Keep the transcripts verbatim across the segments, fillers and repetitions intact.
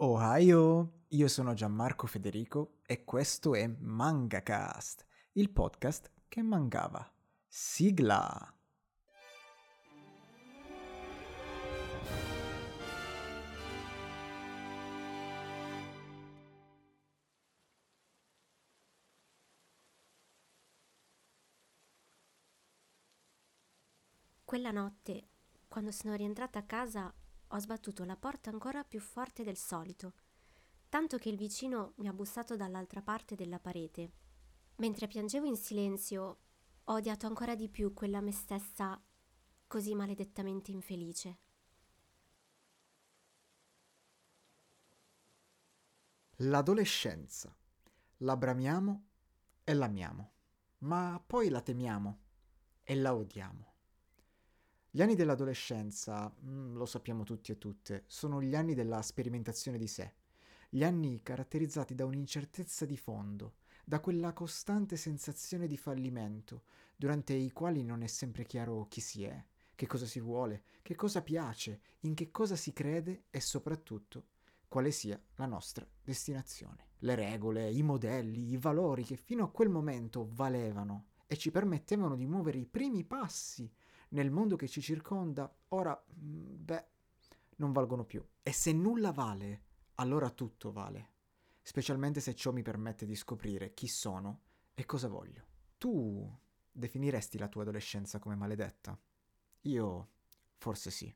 Ohio, io sono Gianmarco Federico e questo è MangaCast, il podcast che mangava. Sigla! Quella notte, quando sono rientrata a casa, ho sbattuto la porta ancora più forte del solito, tanto che il vicino mi ha bussato dall'altra parte della parete. Mentre piangevo in silenzio, ho odiato ancora di più quella me stessa così maledettamente infelice. L'adolescenza. La bramiamo e l'amiamo, ma poi la temiamo e la odiamo. Gli anni dell'adolescenza, mm, lo sappiamo tutti e tutte, sono gli anni della sperimentazione di sé, gli anni caratterizzati da un'incertezza di fondo, da quella costante sensazione di fallimento, durante i quali non è sempre chiaro chi si è, che cosa si vuole, che cosa piace, in che cosa si crede e soprattutto quale sia la nostra destinazione. Le regole, i modelli, i valori che fino a quel momento valevano e ci permettevano di muovere i primi passi nel mondo che ci circonda, ora, beh, non valgono più. E se nulla vale, allora tutto vale, specialmente se ciò mi permette di scoprire chi sono e cosa voglio. Tu definiresti la tua adolescenza come maledetta? Io forse sì.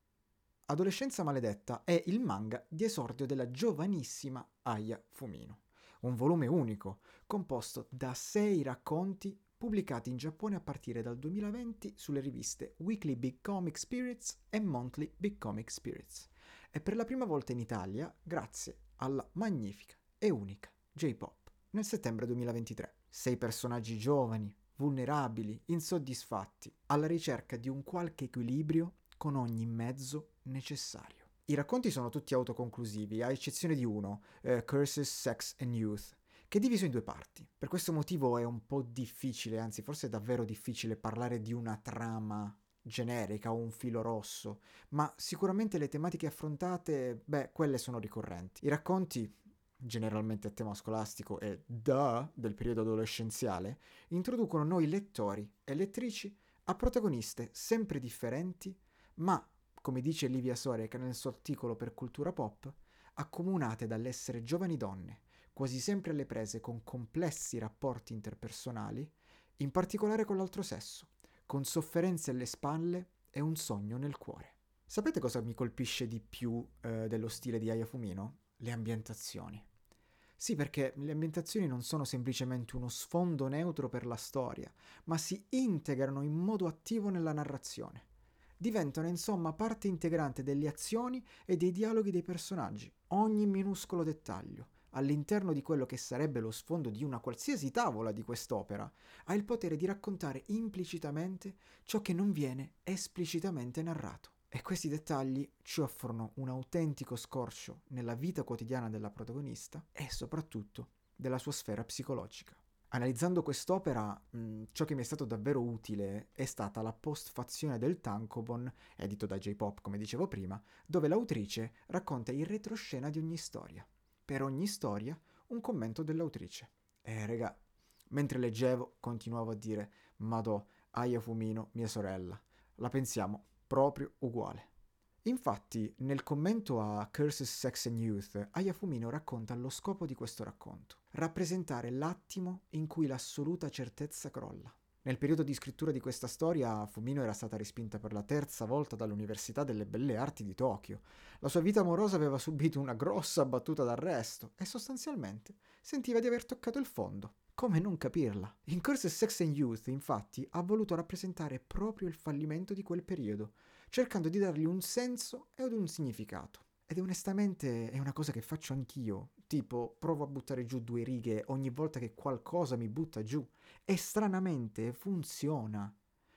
Adolescenza maledetta è il manga di esordio della giovanissima Aya Fumino, un volume unico composto da sei racconti pubblicati in Giappone a partire dal duemilaventi sulle riviste Weekly Big Comic Spirits e Monthly Big Comic Spirits e per la prima volta in Italia grazie alla magnifica e unica J-Pop nel settembre duemilaventitré. Sei personaggi giovani, vulnerabili, insoddisfatti, alla ricerca di un qualche equilibrio con ogni mezzo necessario. I racconti sono tutti autoconclusivi, a eccezione di uno, eh, Curses, Sex and Youth, che è diviso in due parti. Per questo motivo è un po' difficile, anzi forse è davvero difficile parlare di una trama generica o un filo rosso, ma sicuramente le tematiche affrontate, beh, quelle sono ricorrenti. I racconti, generalmente a tema scolastico e da del periodo adolescenziale, introducono noi lettori e lettrici a protagoniste sempre differenti, ma, come dice Livia Soreca nel suo articolo per Cultura Pop, accomunate dall'essere giovani donne, quasi sempre alle prese con complessi rapporti interpersonali, in particolare con l'altro sesso, con sofferenze alle spalle e un sogno nel cuore. Sapete cosa mi colpisce di più eh, dello stile di Aya Fumino? Le ambientazioni. Sì, perché le ambientazioni non sono semplicemente uno sfondo neutro per la storia, ma si integrano in modo attivo nella narrazione. Diventano insomma parte integrante delle azioni e dei dialoghi dei personaggi. Ogni minuscolo dettaglio, all'interno di quello che sarebbe lo sfondo di una qualsiasi tavola di quest'opera, ha il potere di raccontare implicitamente ciò che non viene esplicitamente narrato. E questi dettagli ci offrono un autentico scorcio nella vita quotidiana della protagonista e soprattutto della sua sfera psicologica. Analizzando quest'opera, mh, ciò che mi è stato davvero utile è stata la postfazione del Tankobon, edito da J-Pop come dicevo prima, dove l'autrice racconta il retroscena di ogni storia. Per ogni storia un commento dell'autrice. E regà, mentre leggevo continuavo a dire Madò, Aya Fumino, mia sorella. La pensiamo proprio uguale. Infatti, nel commento a Curses, Sex and Youth, Aya Fumino racconta lo scopo di questo racconto: rappresentare l'attimo in cui l'assoluta certezza crolla. Nel periodo di scrittura di questa storia, Fumino era stata respinta per la terza volta dall'Università delle Belle Arti di Tokyo. La sua vita amorosa aveva subito una grossa battuta d'arresto e sostanzialmente sentiva di aver toccato il fondo. Come non capirla? In Curses, Sex and Youth, infatti, ha voluto rappresentare proprio il fallimento di quel periodo, cercando di dargli un senso ed un significato. Ed onestamente è una cosa che faccio anch'io, tipo provo a buttare giù due righe ogni volta che qualcosa mi butta giù, e stranamente funziona.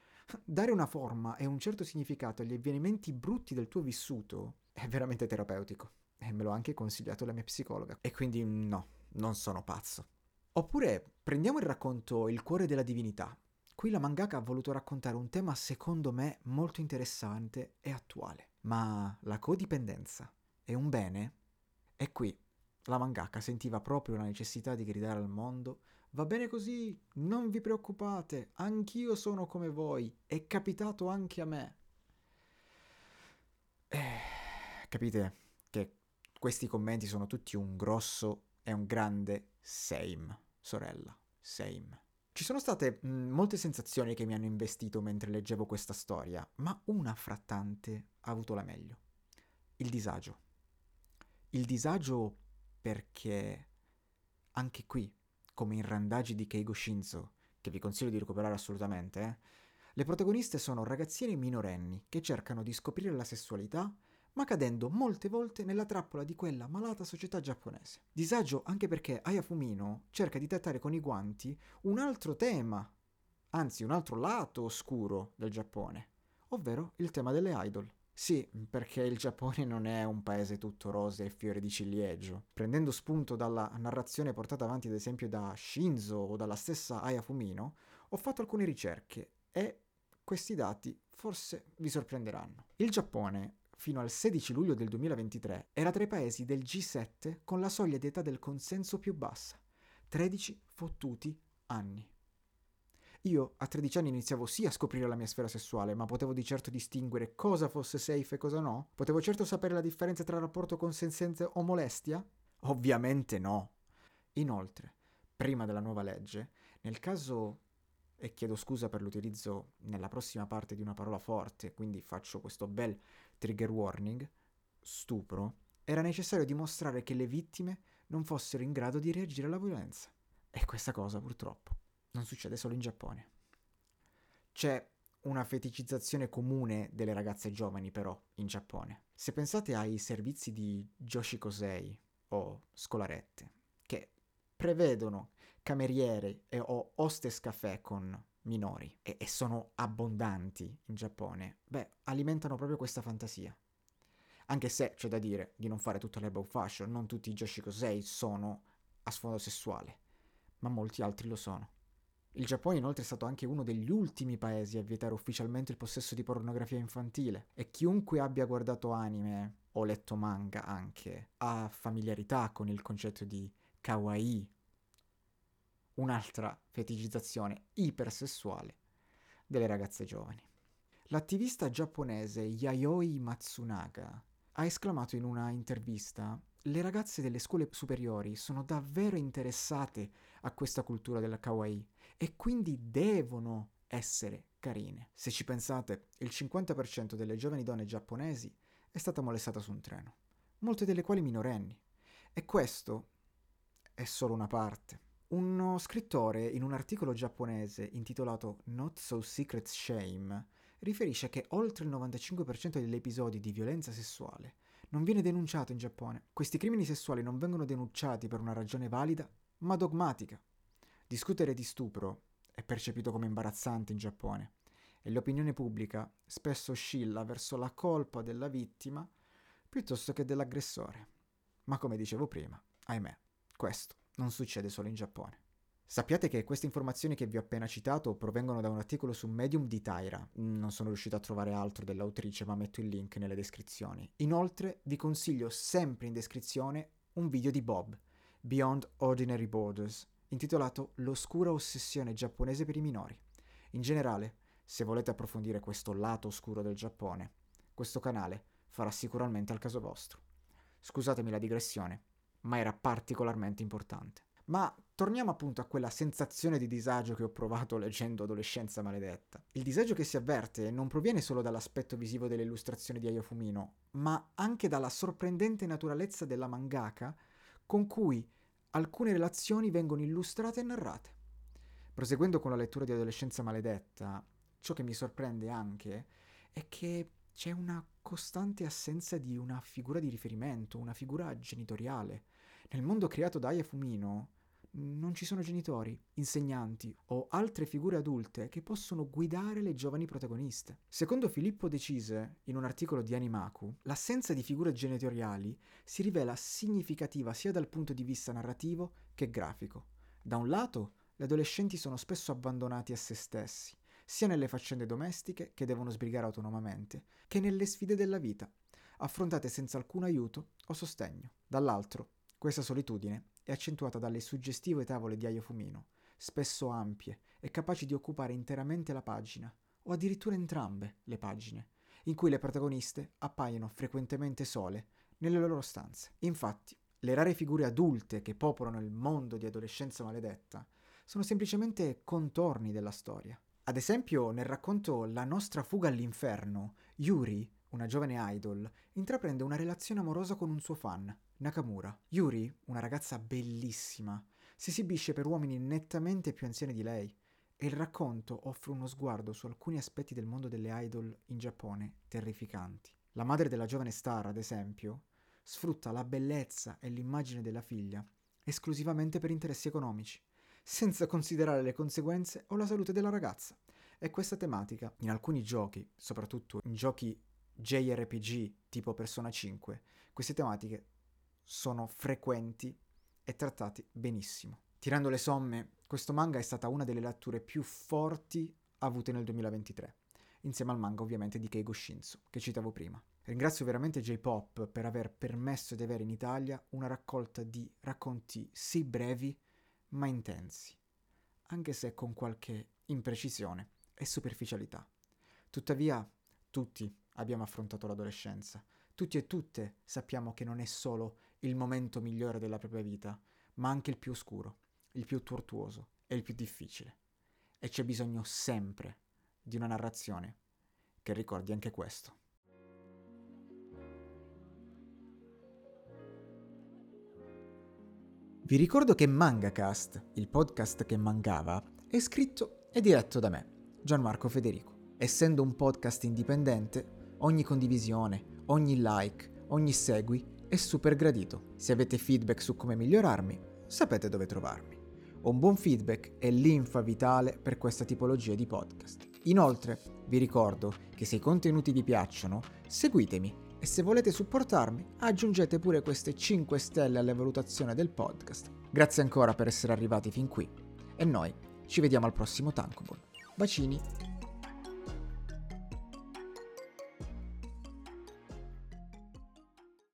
Dare una forma e un certo significato agli avvenimenti brutti del tuo vissuto è veramente terapeutico, e me l'ha anche consigliato la mia psicologa, e quindi no, non sono pazzo. Oppure prendiamo il racconto Il cuore della divinità. Qui la mangaka ha voluto raccontare un tema secondo me molto interessante e attuale. Ma la codipendenza è un bene? E qui la mangaka sentiva proprio la necessità di gridare al mondo: va bene così, non vi preoccupate, anch'io sono come voi, è capitato anche a me. Eh, capite che questi commenti sono tutti un grosso e un grande same, sorella, same. Ci sono state mh, molte sensazioni che mi hanno investito mentre leggevo questa storia, ma una fra tante ha avuto la meglio. Il disagio. Il disagio perché anche qui, come in Randagi di Keigo Shinzo, che vi consiglio di recuperare assolutamente, eh, le protagoniste sono ragazzine minorenni che cercano di scoprire la sessualità, ma cadendo molte volte nella trappola di quella malata società giapponese. Disagio anche perché Aya Fumino cerca di trattare con i guanti un altro tema, anzi un altro lato oscuro del Giappone, ovvero il tema delle idol. Sì, perché il Giappone non è un paese tutto rose e fiore di ciliegio. Prendendo spunto dalla narrazione portata avanti ad esempio da Shinzo o dalla stessa Aya Fumino, ho fatto alcune ricerche e questi dati forse vi sorprenderanno. Il Giappone, fino al sedici luglio del duemilaventitré, era tra i paesi del G sette con la soglia di età del consenso più bassa, tredici fottuti anni. Io a tredici anni iniziavo sì a scoprire la mia sfera sessuale, ma potevo di certo distinguere cosa fosse safe e cosa no? Potevo certo sapere la differenza tra rapporto consenziente o molestia? Ovviamente no. Inoltre, prima della nuova legge, nel caso, e chiedo scusa per l'utilizzo nella prossima parte di una parola forte, quindi faccio questo bel trigger warning, stupro, era necessario dimostrare che le vittime non fossero in grado di reagire alla violenza. E questa cosa, purtroppo, non succede solo in Giappone. C'è una feticizzazione comune delle ragazze giovani, però, in Giappone. Se pensate ai servizi di Joshikosei o scolarette, che prevedono cameriere e o hostess caffè con minori e, e sono abbondanti in Giappone, beh, alimentano proprio questa fantasia. Anche se c'è da dire di non fare tutta l'erba un fascio, non tutti i Joshikosei sono a sfondo sessuale, ma molti altri lo sono. Il Giappone inoltre è stato anche uno degli ultimi paesi a vietare ufficialmente il possesso di pornografia infantile e chiunque abbia guardato anime o letto manga anche ha familiarità con il concetto di kawaii, un'altra feticizzazione ipersessuale delle ragazze giovani. L'attivista giapponese Yayoi Matsunaga ha esclamato in una intervista: le ragazze delle scuole superiori sono davvero interessate a questa cultura della kawaii e quindi devono essere carine. Se ci pensate, il cinquanta per cento delle giovani donne giapponesi è stata molestata su un treno, molte delle quali minorenni. E questo è solo una parte. Uno scrittore in un articolo giapponese intitolato Not So Secret Shame riferisce che oltre il novantacinque per cento degli episodi di violenza sessuale non viene denunciato in Giappone. Questi crimini sessuali non vengono denunciati per una ragione valida, ma dogmatica. Discutere di stupro è percepito come imbarazzante in Giappone e l'opinione pubblica spesso oscilla verso la colpa della vittima piuttosto che dell'aggressore. Ma come dicevo prima, ahimè, questo non succede solo in Giappone. Sappiate che queste informazioni che vi ho appena citato provengono da un articolo su Medium di Taira. Non sono riuscito a trovare altro dell'autrice, ma metto il link nelle descrizioni. Inoltre vi consiglio sempre in descrizione un video di Bob, Beyond Ordinary Borders, intitolato L'oscura ossessione giapponese per i minori. In generale, se volete approfondire questo lato oscuro del Giappone, questo canale farà sicuramente al caso vostro. Scusatemi la digressione, ma era particolarmente importante. Ma torniamo appunto a quella sensazione di disagio che ho provato leggendo Adolescenza maledetta. Il disagio che si avverte non proviene solo dall'aspetto visivo delle illustrazioni di Aya Fumino, ma anche dalla sorprendente naturalezza della mangaka con cui alcune relazioni vengono illustrate e narrate. Proseguendo con la lettura di Adolescenza maledetta, ciò che mi sorprende anche è che c'è una costante assenza di una figura di riferimento, una figura genitoriale. Nel mondo creato da Aya Fumino non ci sono genitori, insegnanti o altre figure adulte che possono guidare le giovani protagoniste. Secondo Filippo Decise, in un articolo di Animaku, l'assenza di figure genitoriali si rivela significativa sia dal punto di vista narrativo che grafico. Da un lato, gli adolescenti sono spesso abbandonati a se stessi, sia nelle faccende domestiche che devono sbrigare autonomamente, che nelle sfide della vita, affrontate senza alcun aiuto o sostegno. Dall'altro, questa solitudine è accentuata dalle suggestive tavole di Aio Fumino, spesso ampie e capaci di occupare interamente la pagina, o addirittura entrambe le pagine, in cui le protagoniste appaiono frequentemente sole nelle loro stanze. Infatti, le rare figure adulte che popolano il mondo di Adolescenza maledetta sono semplicemente contorni della storia. Ad esempio, nel racconto La nostra fuga all'inferno, Yuri, una giovane idol, intraprende una relazione amorosa con un suo fan, Nakamura. Yuri, una ragazza bellissima, si esibisce per uomini nettamente più anziani di lei, e il racconto offre uno sguardo su alcuni aspetti del mondo delle idol in Giappone terrificanti. La madre della giovane star, ad esempio, sfrutta la bellezza e l'immagine della figlia esclusivamente per interessi economici, senza considerare le conseguenze o la salute della ragazza. E questa tematica, in alcuni giochi, soprattutto in giochi J R P G tipo Persona cinque, queste tematiche sono frequenti e trattate benissimo. Tirando le somme, questo manga è stata una delle letture più forti avute nel duemilaventitré, insieme al manga ovviamente di Keigo Shinzo, che citavo prima. Ringrazio veramente J-Pop per aver permesso di avere in Italia una raccolta di racconti sì brevi ma intensi, anche se con qualche imprecisione e superficialità. Tuttavia, tutti abbiamo affrontato l'adolescenza, tutti e tutte sappiamo che non è solo il momento migliore della propria vita, ma anche il più oscuro, il più tortuoso e il più difficile. E c'è bisogno sempre di una narrazione che ricordi anche questo. Vi ricordo che MangaCast, il podcast che mancava, è scritto e diretto da me, Gianmarco Federico. Essendo un podcast indipendente, ogni condivisione, ogni like, ogni segui è super gradito. Se avete feedback su come migliorarmi, sapete dove trovarmi. Un buon feedback è l'infa vitale per questa tipologia di podcast. Inoltre, vi ricordo che se i contenuti vi piacciono, seguitemi e se volete supportarmi, aggiungete pure queste cinque stelle alla valutazione del podcast. Grazie ancora per essere arrivati fin qui e noi ci vediamo al prossimo Tankobon. Bacini!